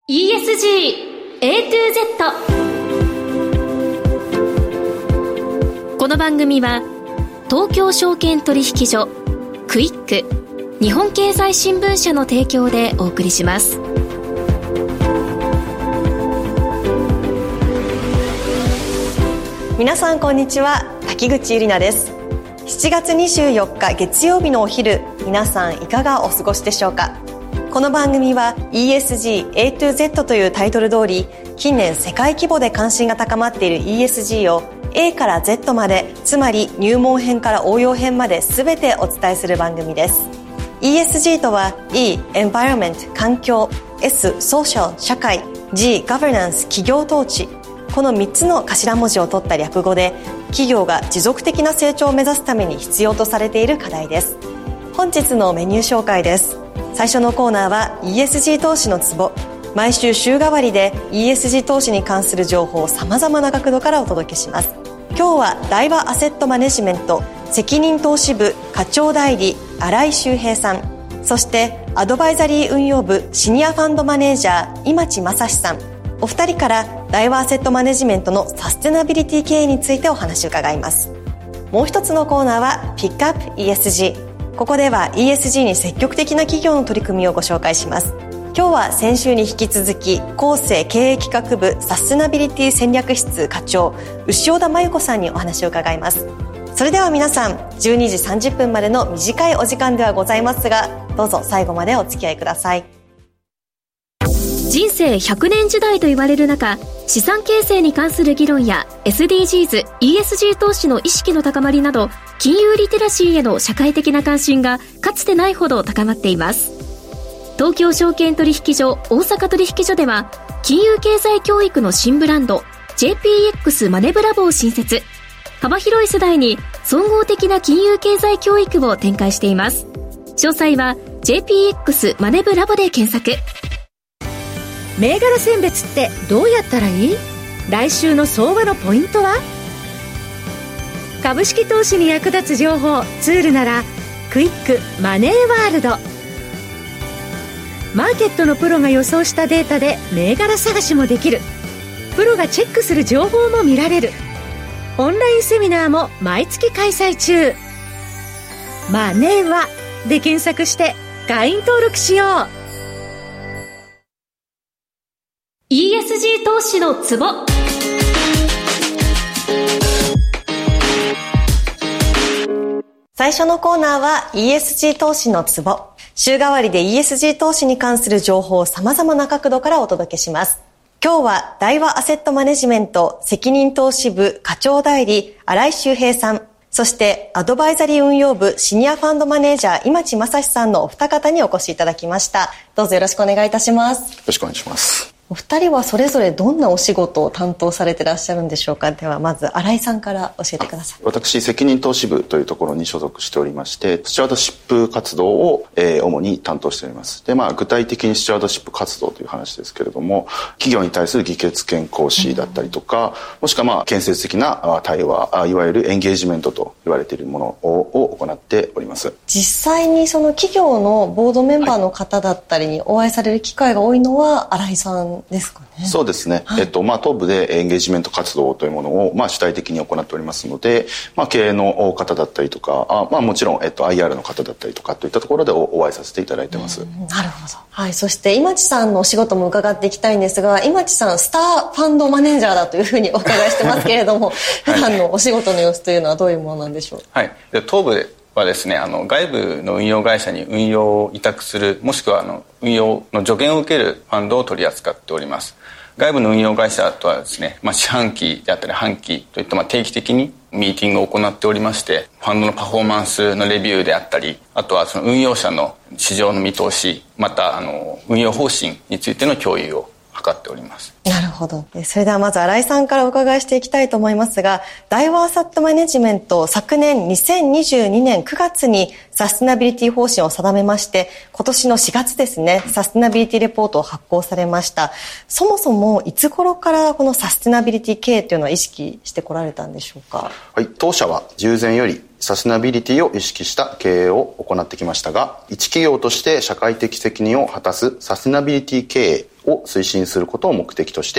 ESG A to Z。 この番組は東京証券取引所、クイック、日本経済新聞社の提供でお送りします。 皆さんこんにちは、滝口ゆりなです。7月24日月曜日のお昼、皆さんいかがお過ごしでしょうか。この番組は ESG A to Z というタイトル通り、近年世界規模で関心が高まっている ESG を A から Z まで、つまり入門編から応用編まで全てお伝えする番組です。 ESG とは E、Environment 環境、S、Social 社会、G、Governance 企業統治、この3つの頭文字を取った略語で、企業が持続的な成長を目指すために必要とされている課題です。本日のメニュー紹介です。最初のコーナーは ESG 投資のツボ。毎週週替わりで ESG 投資に関する情報を様々な角度からお届けします。今日は大和アセットマネジメント責任投資部課長代理新井修平さん、そしてアドバイザリー運用部シニアファンドマネージャー今地正史さん、お二人から大和アセットマネジメントのサステナビリティ経営についてお話を伺います。もう一つのコーナーはピックアップ ESG。ここでは ESG に積極的な企業の取り組みをご紹介します。今日は先週に引き続き、厚生経営企画部サステナビリティ戦略室課長牛尾田真由子さんにお話を伺います。それでは皆さん、12時30分までの短いお時間ではございますが、どうぞ最後までお付き合いください。 人生100年時代と言われる中、資産形成に関する議論や SDGs、ESG 投資の意識の高まりなど、金融リテラシーへの社会的な関心がかつてないほど高まっています。東京証券取引所、大阪取引所では、金融経済教育の新ブランド JPX マネブラボを新設。幅広い世代に総合的な金融経済教育を展開しています。詳細は JPX マネブラボで検索。 銘柄選別ってどうやったらいい？来週の相場のポイントは？株式投資に役立つ情報ツールならクイックマネーワールド。マーケットのプロが予想したデータで銘柄探しもできる。プロがチェックする情報も見られる。オンラインセミナーも毎月開催中。マネーワで検索して会員登録しよう。 ESG 投資のツボ。 最初のコーナーは ESG 投資のツボ。週替わりで ESG 投資に関する情報を様々な角度からお届けします。今日は大和アセットマネジメント責任投資部課長代理新井修平さん、そしてアドバイザリー運用部シニアファンドマネージャー今地正史さんのお二方にお越しいただきました。どうぞよろしくお願いいたします。 よろしくお願いします。 お二人はそれぞれどんなお仕事を担当されていらっしゃるんでしょうか。ではまず新井さんから教えてください。 私、責任投資部というところに所属しておりまして、スチュワードシップ活動を、主に担当しております。で、具体的にスチュワードシップ活動という話ですけれども、企業に対する議決権行使だったりとか、もしくは建設的な対話、いわゆるエンゲージメントと言われているものを行っております。 実際にその企業のボードメンバーの方だったりにお会いされる機会が多いのは新井さんですかね。 そうですね。はい、当部でエンゲージメント活動というものを、主体的に行っておりますので、経営の方だったりとか、もちろん、IR の方だったりとかといったところでお会いさせていただいてます。 なるほど。はい。そして、今地さんのお仕事も伺っていきたいんですが、今地さん、スターファンドマネージャーだというふうにお伺いしてますけれども、普段のお仕事の様子というのはどういうものなんでしょう？ はい。当部はですね、外部の運用会社に運用を委託する、もしくは運用の助言を受けるファンドを取り扱っております。外部の運用会社とはですね、四半期であったり半期といった定期的にミーティングを行っておりまして、ファンドのパフォーマンスのレビューであったり、あとはその運用者の市場の見通し、また運用方針についての共有を図っております。 なるほど。それではまず新井さんからお伺いしていきたいと思いますが、大和アセットマネジメント昨年2022年9月にサステナビリティ方針を定めまして、今年の4月ですね、サステナビリティレポートを発行されました。そもそもいつ頃からこのサステナビリティ経営というのは意識してこられたんでしょうか。 はい、当社は従前よりサステナビリティを意識した経営を行ってきましたが、一企業として社会的責任を果たすサステナビリティ経営を推進することを目的として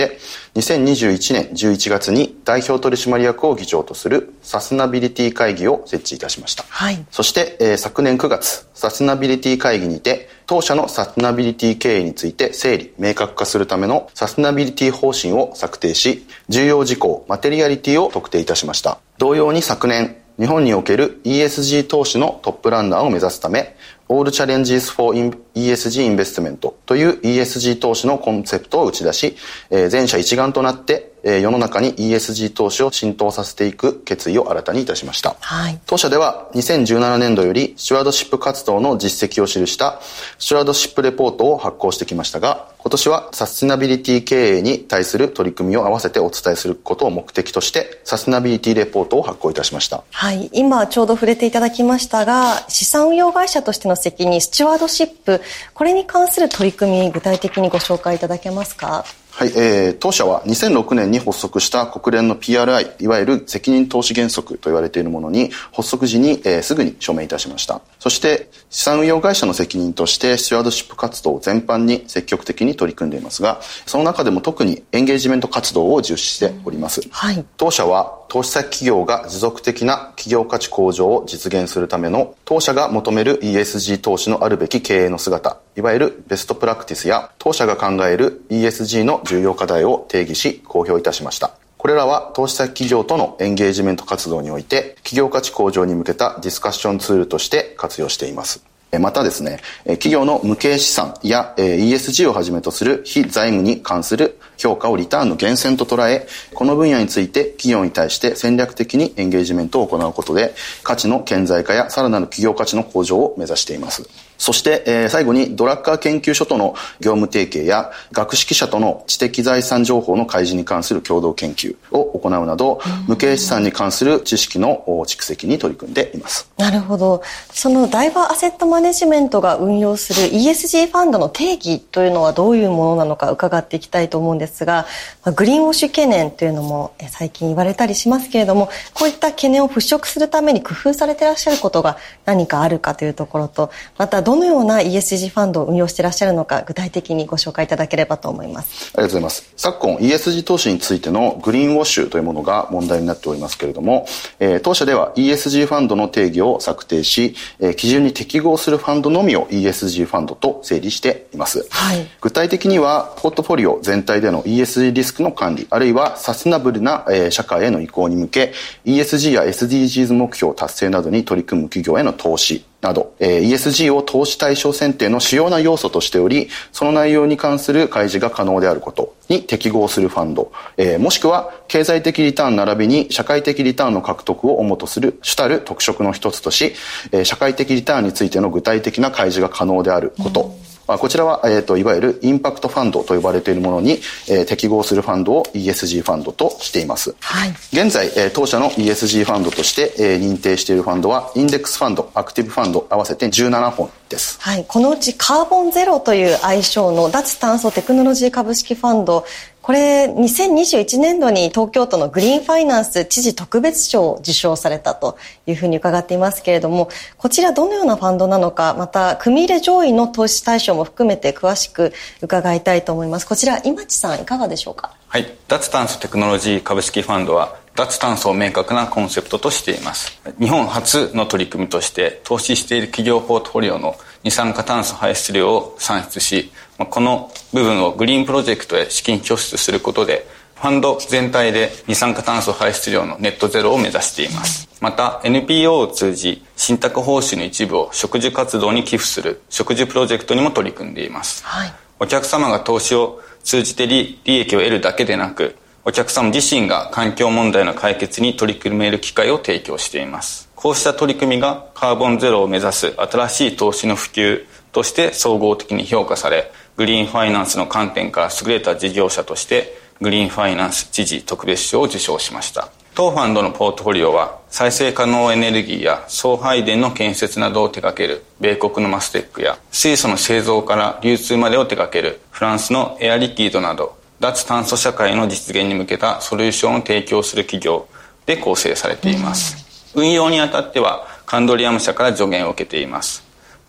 、2021年11月に代表取締役を議長とするサステナビリティ会議を設置いたしました。はい、そして、昨年9月、サステナビリティ会議にて、当社のサステナビリティ経営について整理・明確化するためのサステナビリティ方針を策定し、重要事項、マテリアリティを特定いたしました。同様に昨年、日本における ESG 投資のトップランナーを目指すため、All Challenges for ESG Investment という ESG 投資のコンセプトを打ち出し、全社一丸となって世の中に ESG 投資を浸透させていく決意を新たにいたしました。はい、当社では2017年度よりスチュワードシップ活動の実績を記したスチュワードシップレポートを発行してきましたが、今年はサステナビリティ経営に対する取り組みを合わせてお伝えすることを目的としてサステナビリティレポートを発行いたしました。 はい、今ちょうど触れていただきましたが、資産運用会社としての責任、スチュワードシップ、これに関する取り組み、具体的にご紹介いただけますか？ はい、当社は2006年に発足した国連の PRI、いわゆる責任投資原則と言われているものに発足時に、すぐに署名いたしました。そして資産運用会社の責任としてスチュワードシップ活動全般に積極的に取り組んでいますが、その中でも特にエンゲージメント活動を重視しております。はい、当社は投資先企業が持続的な企業価値向上を実現するための当社が求める ESG 投資のあるべき経営の姿、いわゆるベストプラクティスや当社が考える ESG の重要課題を定義し公表いたしました。これらは投資先企業とのエンゲージメント活動において企業価値向上に向けたディスカッションツールとして活用しています。またですね、企業の無形資産や ESG をはじめとする非財務に関する評価をリターンの源泉と捉え、この分野について企業に対して戦略的にエンゲージメントを行うことで、価値の顕在化やさらなる企業価値の向上を目指しています。そして、最後にドラッカー研究所との業務提携や学識者との知的財産情報の開示に関する共同研究を行うなど、無形資産に関する知識の蓄積に取り組んでいます。 なるほど。そのダイバーアセットマネジメントが運用する ESG ファンドの定義というのはどういうものなのか伺っていきたいと思うんですが、グリーンウォッシュ懸念というのも最近言われたりしますけれども、こういった懸念を払拭するために工夫されていらっしゃることが何かあるかというところと、またどのような ESG ファンドを運用していらっしゃるのか具体的にご紹介いただければと思います。 ありがとうございます。昨今 ESG 投資についてのグリーンウォッシュというものが問題になっておりますけれども、当社では ESG ファンドの定義を策定し、基準に適合するファンドのみを ESG ファンドと整理しています。はい、具体的にはポートフォリオ全体での ESG リスクの管理、あるいはサステナブルな社会への移行に向け ESG や SDGs 目標達成などに取り組む企業への投資など、ESG を投資対象選定の主要な要素としており、その内容に関する開示が可能であることに適合するファンド、もしくは経済的リターン並びに社会的リターンの獲得を主とする主たる特色の一つとし、社会的リターンについての具体的な開示が可能であること、こちらは、いわゆるインパクトファンドと呼ばれているものに、適合するファンドを ESG ファンドとしています。はい、現在、当社の ESG ファンドとして、認定しているファンドはインデックスファンド、アクティブファンド合わせて17本です。 はい、このうちカーボンゼロという愛称の脱炭素テクノロジー株式ファンド、これ2021年度に東京都のグリーンファイナンス知事特別賞を受賞されたというふうに伺っていますけれども、こちらどのようなファンドなのか、また組入れ上位の投資対象も含めて詳しく伺いたいと思います。こちら今地さんいかがでしょうか？ はい、脱炭素テクノロジー株式ファンドは脱炭素を明確なコンセプトとしています。日本初の取り組みとして投資している企業ポートフォリオの二酸化炭素排出量を算出し、この部分をグリーンプロジェクトへ資金拠出することでファンド全体で二酸化炭素排出量のネットゼロを目指しています。また NPO を通じ信託報酬の一部を植樹活動に寄付する植樹プロジェクトにも取り組んでいます。はい、お客様が投資を通じて利益を得るだけでなく、お客様自身が環境問題の解決に取り組める機会を提供しています。こうした取り組みがカーボンゼロを目指す新しい投資の普及として総合的に評価され、グリーンファイナンスの観点から優れた事業者としてグリーンファイナンス知事特別賞を受賞しました。当ファンドのポートフォリオは再生可能エネルギーや送配電の建設などを手掛ける米国のマステックや水素の製造から流通までを手掛けるフランスのエアリキードなど、脱炭素社会の実現に向けたソリューションを提供する企業で構成されています。運用にあたってはカンドリアム社から助言を受けています。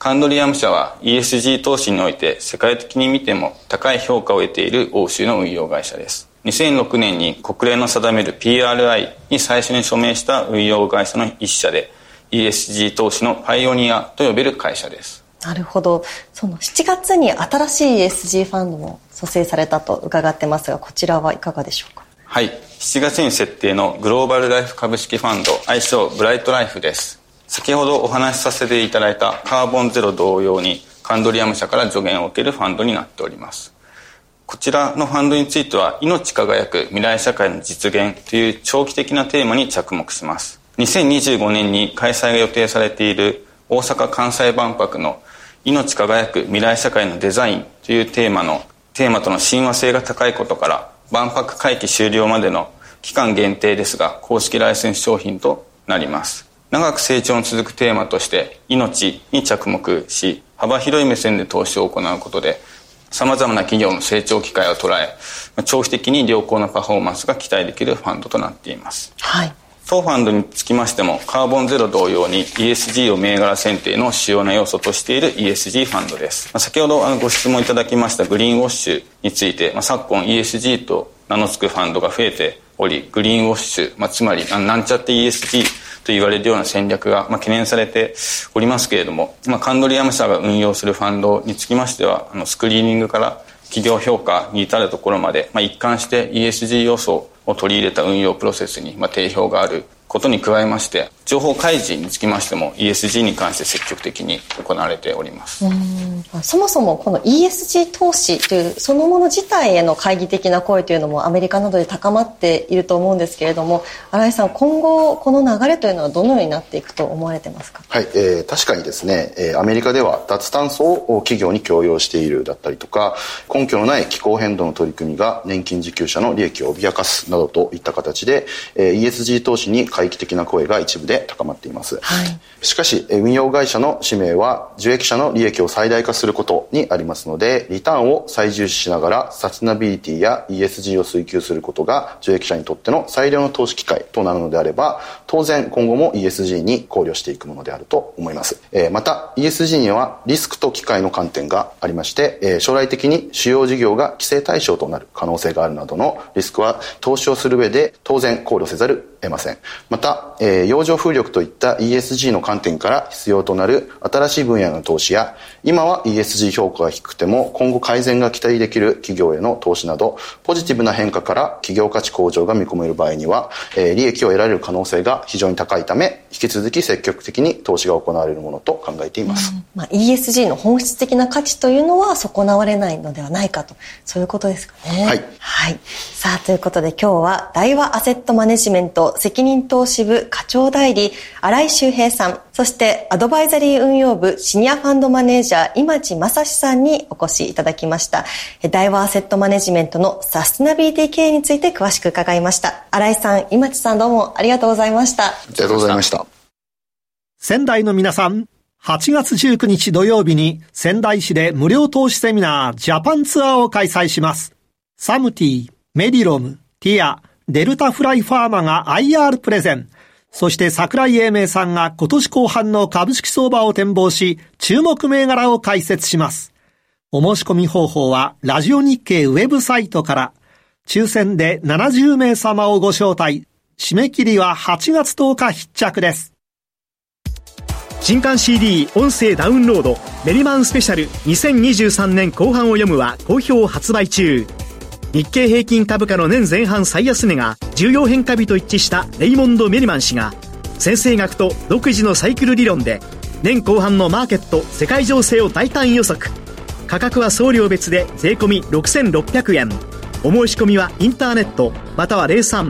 カンドリアム社は ESG 投資において世界的に見ても高い評価を得ている欧州の運用会社です。2006年に国連の定める PRI に最初に署名した運用会社の一社で、 ESG 投資のパイオニアと呼べる会社です。 なるほど。その7月に新しい ESG ファンドも組成されたと伺ってますが、こちらはいかがでしょうか。 はい、7月に設定のグローバルライフ株式ファンド、愛称ブライトライフです。先ほどお話しさせていただいたカーボンゼロ同様にカンドリアム社から助言を受けるファンドになっております。こちらのファンドについては、命輝く未来社会の実現という長期的なテーマに着目します。2025年に開催が予定されている大阪・関西万博の命輝く未来社会のデザインというテーマとの親和性が高いことから、万博会期終了までの期間限定ですが公式ライセンス商品となります。長く成長の続くテーマとして命に着目し、幅広い目線で投資を行うことで様々な企業の成長機会を捉え、長期的に良好なパフォーマンスが期待できるファンドとなっています。 はい。 当ファンドにつきましても、カーボンゼロ同様に ESG を銘柄選定の主要な要素としている ESG ファンドです。先ほどご質問いただきましたグリーンウォッシュについて、昨今 ESG と名の付くファンドが増えており、グリーンウォッシュ、つまりなんちゃって ESG と言われるような戦略が懸念されておりますけれども、カンドリアム社が運用するファンドにつきましては、スクリーニングから企業評価に至るところまで、一貫して ESG 要素を取り入れた運用プロセスに定評があることに加えまして、情報開示につきましても ESG に関して積極的に行われております。 そもそもこの ESG 投資というそのもの自体への懐疑的な声というのもアメリカなどで高まっていると思うんですけれども、新井さん、今後この流れというのはどのようになっていくと思われてますか。 はい、確かにですね、アメリカでは脱炭素を企業に強要しているだったりとか、根拠のない気候変動の取り組みが年金受給者の利益を脅かすなどといった形で、ESG 投資に懐疑的な声が一部で高まっています。はい、しかし運用会社の使命は受益者の利益を最大化することにありますので、リターンを最重視しながらサステナビリティや ESG を追求することが受益者にとっての最良の投資機会となるのであれば、当然今後も ESG に考慮していくものであると思います。また ESG にはリスクと機会の観点がありまして、将来的に主要事業が規制対象となる可能性があるなどのリスクは投資をする上で当然考慮せざる得ません。また、洋上風力といった ESG の観点から必要となる新しい分野の投資や、今は ESG 評価が低くても今後改善が期待できる企業への投資など、ポジティブな変化から企業価値向上が見込める場合には、利益を得られる可能性が非常に高いため、引き続き積極的に投資が行われるものと考えています。 ESG の本質的な価値というのは損なわれないのではないかと、そういうことですかね。 はい。 はい。さあ、ということで今日は大和アセットマネジメント責任投資部課長代理新井修平さん、そしてアドバイザリー運用部シニアファンドマネージャー今地正史さんにお越しいただきました。大和アセットマネジメントのサステナビリティ経営について詳しく伺いました。新井さん、今地さん、どうもありがとうございました。 ありがとうございました。 仙台の皆さん、8月19日土曜日に仙台市で無料投資セミナージャパンツアーを開催します。サムティ、メディロム、ティア、デルタフライファーマが IR プレゼン。そして桜井英明さんが今年後半の株式相場を展望し、注目銘柄を解説します。お申し込み方法はラジオ日経ウェブサイトから。抽選で70名様をご招待。締め切りは8月10日必着です。 新刊 CD 音声ダウンロードメリマンスペシャル2023年後半を読むは好評発売中。日経平均株価の年前半最安値が重要変化日と一致したレイモンド・メリマン氏が先生学と独自のサイクル理論で年後半のマーケット世界情勢を大胆予測。価格は送料別で税込6600円。お申し込みはインターネットまたは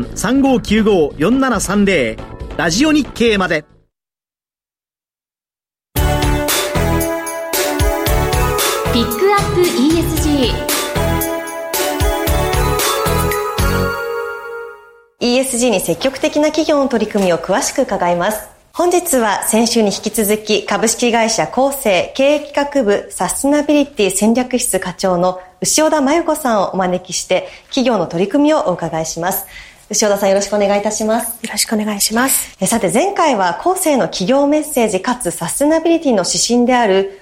03-3595-4730 ラジオ日経まで。 ピックアップ ESG。ESG に積極的な企業の取り組みを詳しく伺います。本日は先週に引き続き株式会社コーセー経営企画部サステナビリティ戦略室課長の牛尾田真由子さんをお招きして企業の取り組みをお伺いします。牛尾田さん、よろしくお願いいたします。 よろしくお願いします。 さて、前回はコーセーの企業メッセージかつサステナビリティの指針である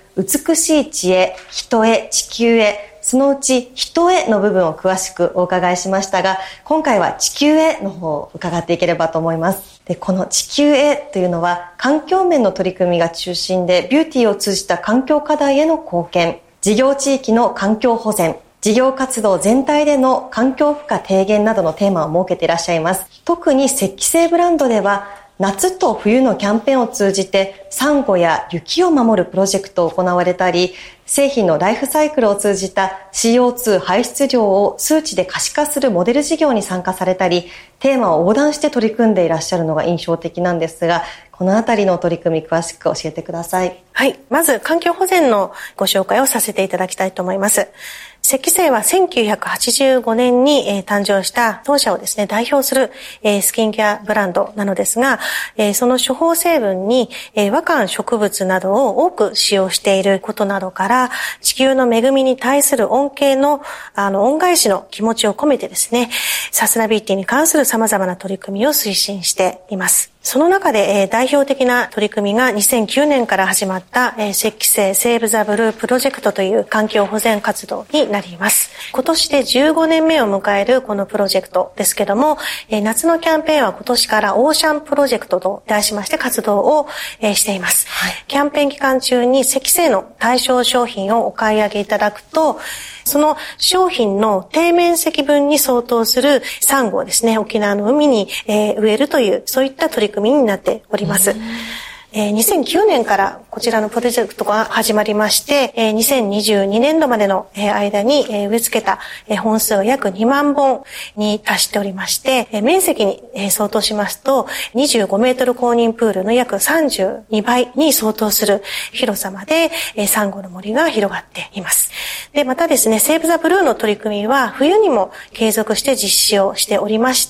美しい地へ、人へ、地球へ、そのうち人への部分を詳しくお伺いしましたが、今回は地球への方を伺っていければと思います。で、この地球へというのは環境面の取り組みが中心で、ビューティーを通じた環境課題への貢献、事業地域の環境保全、事業活動全体での環境負荷低減などのテーマを設けていらっしゃいます。特に石器製ブランドでは、夏と冬のキャンペーンを通じてサンゴや雪を守るプロジェクトを行われたり、製品のライフサイクルを通じた CO2 排出量を数値で可視化するモデル事業に参加されたり、テーマを横断して取り組んでいらっしゃるのが印象的なんですが、このあたりの取り組み詳しく教えてください。 はい。まず環境保全のご紹介をさせていただきたいと思います。石器製は1985年に誕生した当社をですね、代表するスキンケアブランドなのですが、その処方成分に和漢植物などを多く使用していることなどから、地球の恵みに対する恩恵の恩返しの気持ちを込めてですね、サステナビリティに関する様々な取り組みを推進しています。その中で代表的な取り組みが2009年から始まった石器製セーブ・ザ・ブループロジェクトという環境保全活動になります。今年で15年目を迎えるこのプロジェクトですけども、夏のキャンペーンは今年からオーシャンプロジェクトと題しまして活動をしています。はい、キャンペーン期間中に石器製の対象商品をお買い上げいただくと、その商品の底面積分に相当するサンゴをですね、沖縄の海に植えるという、そういった取り組みになっております。2009年からこちらのプロジェクトが始まりまして、2022年度までの間に植え付けた本数が約2万本に達しておりまして、面積に相当しますと25メートル公認プールの約32倍に相当する広さまでサンゴの森が広がっています。で、またですね、セーブ・ザ・ブルーの取り組みは冬にも継続して実施をしておりまして、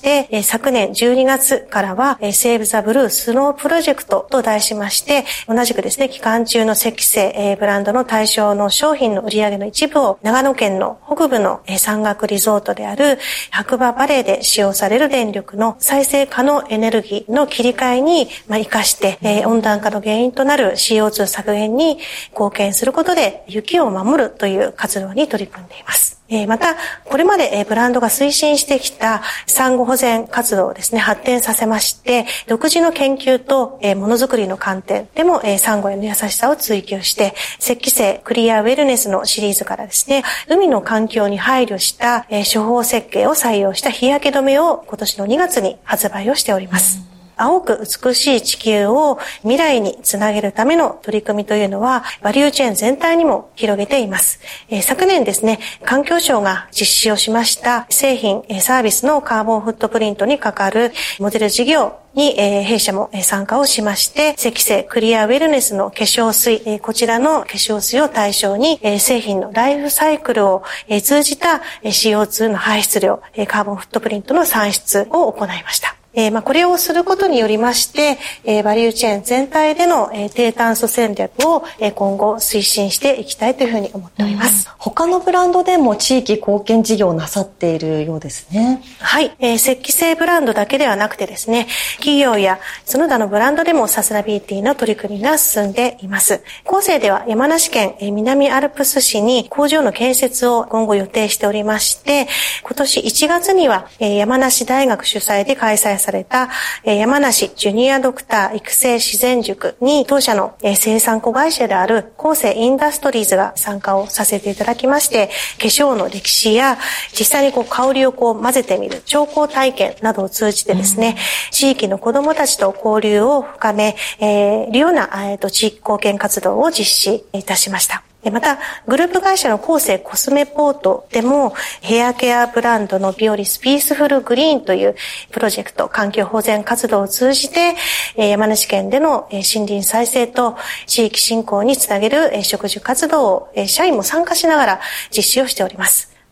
昨年12月からはセーブ・ザ・ブルースノープロジェクトと題しまして、同じくですね、期間中の石器製ブランドの対象の商品の売上の一部を長野県の北部の山岳リゾートである白馬バレーで使用される電力の再生可能エネルギーの切り替えに生かして、温暖化の原因となる CO2 削減に貢献することで雪を守るという活動に取り組んでいます。また、これまでブランドが推進してきたサンゴ保全活動をですね、発展させまして、独自の研究とものづくりの観点でもサンゴへの優しさを追求して、石器製クリアウェルネスのシリーズからですね、海の環境に配慮した処方設計を採用した日焼け止めを今年の2月に発売をしております。青く美しい地球を未来につなげるための取り組みというのはバリューチェーン全体にも広げています。昨年ですね、環境省が実施をしました製品サービスのカーボンフットプリントにかかるモデル事業に弊社も参加をしまして、石器製クリアウェルネスの化粧水、こちらの化粧水を対象に製品のライフサイクルを通じた CO2 の排出量、カーボンフットプリントの算出を行いました。これをすることによりまして、バリューチェーン全体での低炭素戦略を今後推進していきたいというふうに思っております。 他のブランドでも地域貢献事業をなさっているようですね。 はい、石器製ブランドだけではなくてですね、企業やその他のブランドでもサステナビリティの取り組みが進んでいます。後世では山梨県南アルプス市に工場の建設を今後予定しておりまして、今年1月には山梨大学主催で開催された山梨ジュニアドクター育成自然塾に当社の生産子会社である後世インダストリーズが参加をさせていただきまして、化粧の歴史や実際に香りを混ぜてみる調香体験などを通じてですね、地域の子どもたちと交流を深めるような地域貢献活動を実施いたしました。また、グループ会社の後世コスメポートでもヘアケアブランドのビオリスピースフルグリーンというプロジェクト、環境保全活動を通じて山梨県での森林再生と地域振興につなげる植樹活動を社員も参加しながら実施をしております。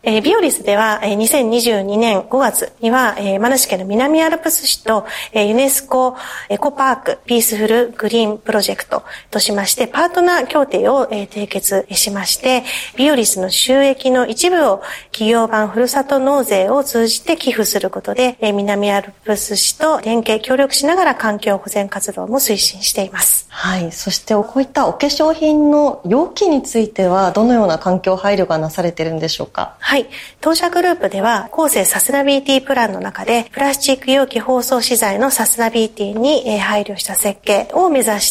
ビオリスでは2022年5月には山梨県の南アルプス市とユネスコエコパークピースフルグリーンプロジェクトとしましてパートナー協定を締結しまして、ビオリスの収益の一部を企業版ふるさと納税を通じて寄付することで、南アルプス市と連携協力しながら環境保全活動も推進しています。 はい。そしてこういったお化粧品の容器についてはどのような環境配慮がなされているんでしょうか？ はい。当社グループでは、後世サステナビリティプランの中で、プラスチック容器包装資材のサステナビリティに配慮した設計を目指して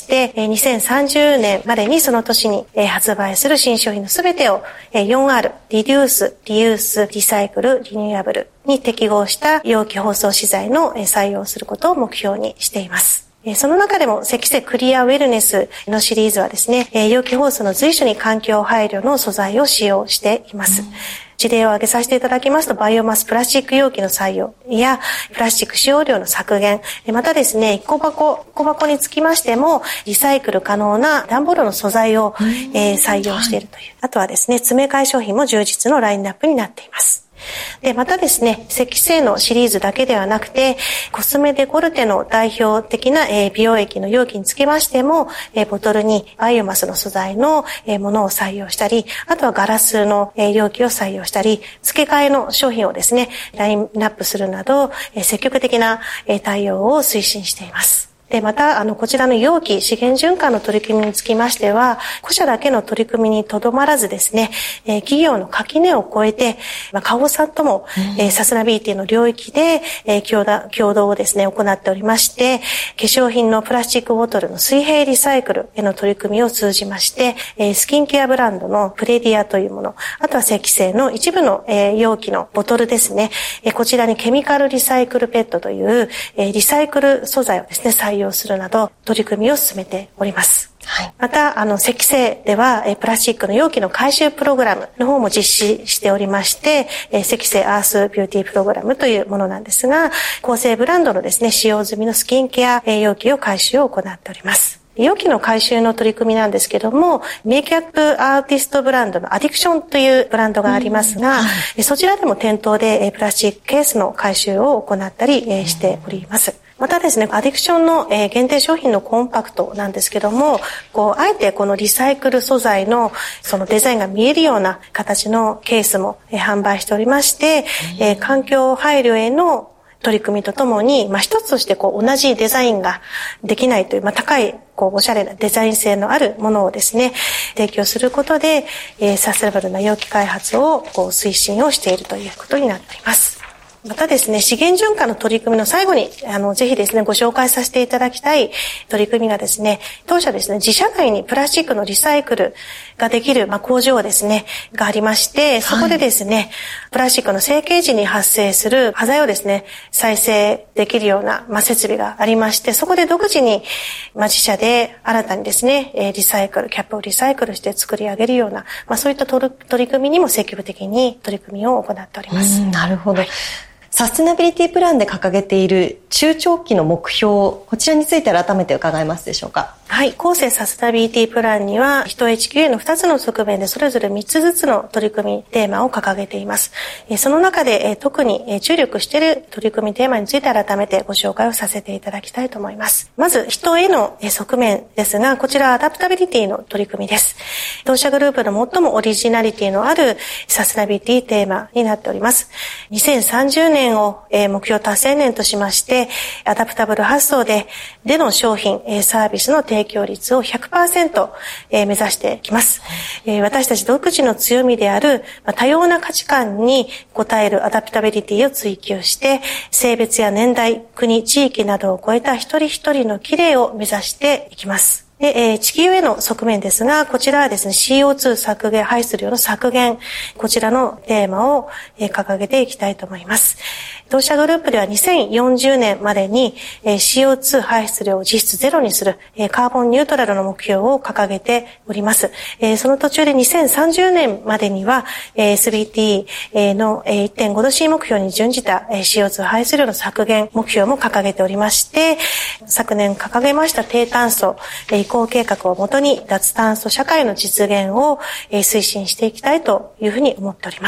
、2030年までにその年に発売する新商品のすべてを 4R、リデュース、リユース、リサイクル、リニューアブルに適合した容器包装資材の採用することを目標にしています。その中でも、セキセクリアウェルネスのシリーズはですね、容器包装の随所に環境配慮の素材を使用しています。事例を挙げさせていただきますと、バイオマスプラスチック容器の採用や、プラスチック使用量の削減、またですね、小箱につきましても、リサイクル可能な段ボールの素材を、採用しているという。あとはですね、詰め替え商品も充実のラインナップになっています。で、またですね、セキセイのシリーズだけではなくて、コスメデコルテの代表的な美容液の容器につきましても、ボトルにバイオマスの素材のものを採用したり、あとはガラスの容器を採用したり、付け替えの商品をですね、ラインナップするなど、積極的な対応を推進しています。で、また、こちらの容器資源循環の取り組みにつきましては、個社だけの取り組みにとどまらずですね、企業の垣根を越えて、花王さんとも、サステナビリティの領域で、共同をですね、行っておりまして、化粧品のプラスチックボトルの水平リサイクルへの取り組みを通じまして、スキンケアブランドのプレディアというもの、あとはセキセイの一部の、容器のボトルですね、こちらにケミカルリサイクルペットという、リサイクル素材をですね、採用するなど取り組みを進めております。はい、また、セキセイでは、プラスチックの容器の回収プログラムの方も実施しておりまして、セキセイアースビューティープログラムというものなんですが、構成ブランドのですね、使用済みのスキンケア容器を回収を行っております。容器の回収の取り組みなんですけども、メイキャップアーティストブランドのアディクションというブランドがありますが、そちらでも店頭でプラスチックケースの回収を行ったりしております。またですね、アディクションの限定商品のコンパクトなんですけども、あえてこのリサイクル素材のそのデザインが見えるような形のケースも販売しておりまして、環境配慮への取り組みとともに、一つとして同じデザインができないという、高いおしゃれなデザイン性のあるものをですね、提供することで、サステナブルな容器開発を推進をしているということになっています。またですね、資源循環の取り組みの最後に、ぜひですね、ご紹介させていただきたい取り組みがですね、当社ですね、自社内にプラスチックのリサイクルができる、工場ですね、がありまして、そこでですね、プラスチックの成形時に発生する端材をですね、再生できるような、設備がありまして、そこで独自に、自社で新たにですね、リサイクル、キャップをリサイクルして作り上げるような、そういった取り組みにも積極的に取り組みを行っております。 なるほど。サステナビリティプランで掲げている中長期の目標、こちらについて改めて伺えますでしょうか？ はい。後世サステナビリティプランには、人へ地球への2つの側面でそれぞれ3つずつの取り組みテーマを掲げています。その中で特に注力している取り組みテーマについて改めてご紹介をさせていただきたいと思います。まず、人への側面ですが、こちらはアダプタビリティの取り組みです。当社グループの最もオリジナリティのあるサステナビリティテーマになっております。2030年を目標達成年としまして、アダプタブル発想での商品、サービスの提供率を 100% 目指してきます。私たち独自の強みである多様な価値観に応えるアダプタビリティを追求して、性別や年代、国、地域などを超えた一人一人の綺麗を目指していきます。で、地球への側面ですが、こちらはですね、CO2 削減、排出量の削減、こちらのテーマを掲げていきたいと思います。当社グループでは2040年までに CO2 排出量を実質ゼロにするカーボンニュートラルの目標を掲げております。その途中で2030年までには SBT の 1.5 度 C 目標に準じた CO2 排出量の削減目標も掲げておりまして、昨年掲げました低炭素移行計画をもとに脱炭素社会の実現を推進していきたいというふうに思っております。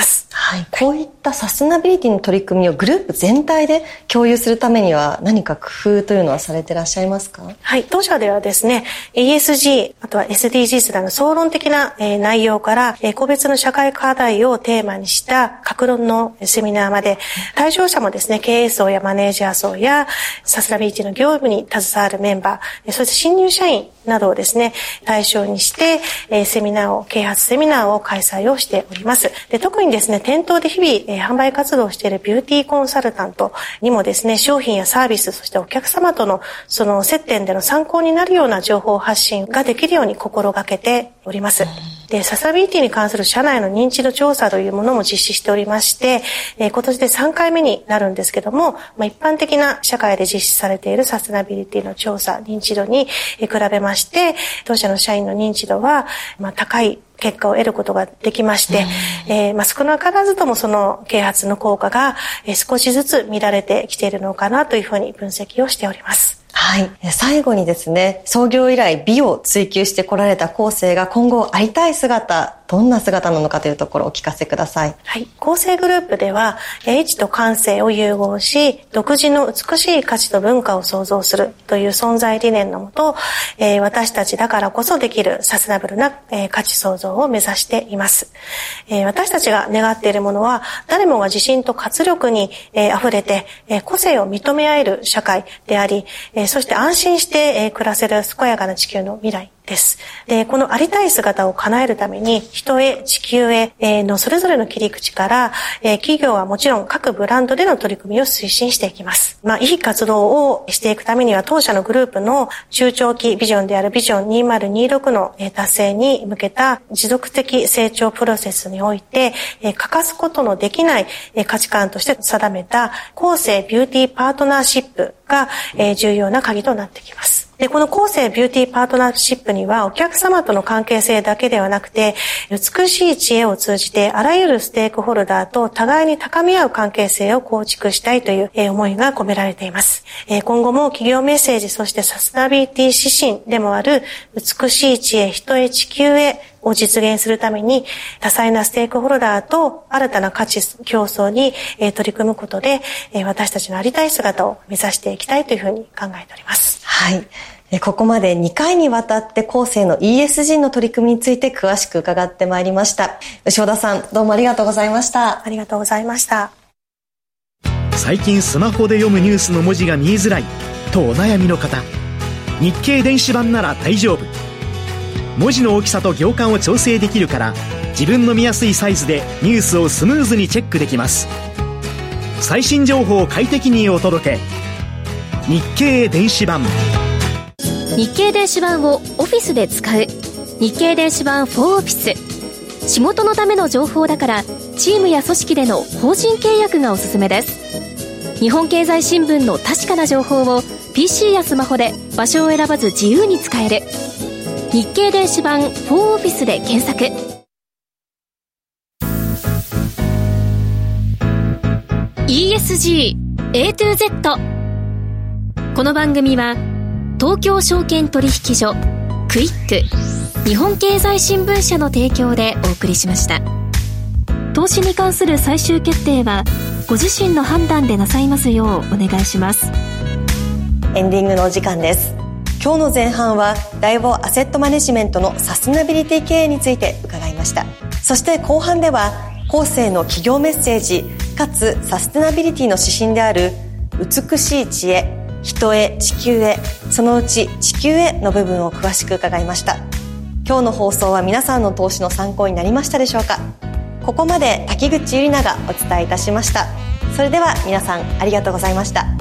はい、こういったサステナビリティの取り組みをグループ全体で共有するためには何か工夫というのはされていらっしゃいますか？ はい、当社ではですね、ESG、あとは SDGs など総論的な内容から、個別の社会課題をテーマにした各論のセミナーまで、対象者もですね、経営層やマネージャー層やサステナビリティの業務に携わるメンバー、そして新入社員などをですね、対象にして、啓発セミナーを開催をしております。で、特にですね、店頭で日々、販売活動をしているビューティーコンサルタントにもですね、商品やサービス、そしてお客様とのその接点での参考になるような情報発信ができるように心がけております。で、サステナビリティに関する社内の認知度調査というものも実施しておりまして、今年で3回目になるんですけども、一般的な社会で実施されているサステナビリティの調査、認知度に比べまして、当社の社員の認知度は、高い結果を得ることができまして、少なからずともその啓発の効果が少しずつ見られてきているのかなというふうに分析をしております。 はい。最後にですね、創業以来美を追求してこられたコーセーが今後ありたい姿、どんな姿なのかというところをお聞かせください。 はい。コーセーグループでは、英知と感性を融合し、独自の美しい価値と文化を創造するという存在理念のもと、私たちだからこそできるサステナブルな価値創造を目指しています。私たちが願っているものは、誰もが自信と活力に溢れて、個性を認め合える社会であり、そして安心して暮らせる健やかな地球の未来です。で、このありたい姿を叶えるために、人へ、地球へのそれぞれの切り口から、企業はもちろん各ブランドでの取り組みを推進していきます。いい活動をしていくためには、当社のグループの中長期ビジョンであるビジョン2026の達成に向けた持続的成長プロセスにおいて、欠かすことのできない価値観として定めたコーセービューティーパートナーシップが重要な鍵となってきます。で、このコーセービューティーパートナーシップにはお客様との関係性だけではなくて、美しい知恵を通じてあらゆるステークホルダーと互いに高め合う関係性を構築したいという思いが込められています。今後も企業メッセージ、そしてサステナビリティ指針でもある美しい知恵、人へ地球へを実現するために多彩なステークホルダーと新たな価値競争に取り組むことで私たちのありたい姿を目指していきたいというふうに考えております。 はい。ここまで2回にわたってコーセーの ESG の取り組みについて詳しく伺ってまいりました。牛尾田さん、どうもありがとうございました。 ありがとうございました。 最近スマホで読むニュースの文字が見えづらいとお悩みの方、日経電子版なら大丈夫。文字の大きさと行間を調整できるから自分の見やすいサイズでニュースをスムーズにチェックできます。最新情報を快適にお届け、日経電子版。 日経電子版をオフィスで使う日経電子版4オフィス。仕事のための情報だからチームや組織での法人契約がおすすめです。日本経済新聞の確かな情報を PC やスマホで場所を選ばず自由に使える日経電子版4オフィスで検索。ESG A to Z。 この番組は東京証券取引所、クイック、日本経済新聞社の提供でお送りしました。投資に関する最終決定はご自身の判断でなさいますようお願いします。 エンディングのお時間です。今日の前半は大和アセットマネジメントのサステナビリティ経営について伺いました。そして後半ではコーセーの企業メッセージかつサステナビリティの指針である美しい知恵、人へ地球へ、そのうち地球への部分を詳しく伺いました。今日の放送は皆さんの投資の参考になりましたでしょうか。ここまで滝口ゆりながお伝えいたしました。それでは皆さんありがとうございました。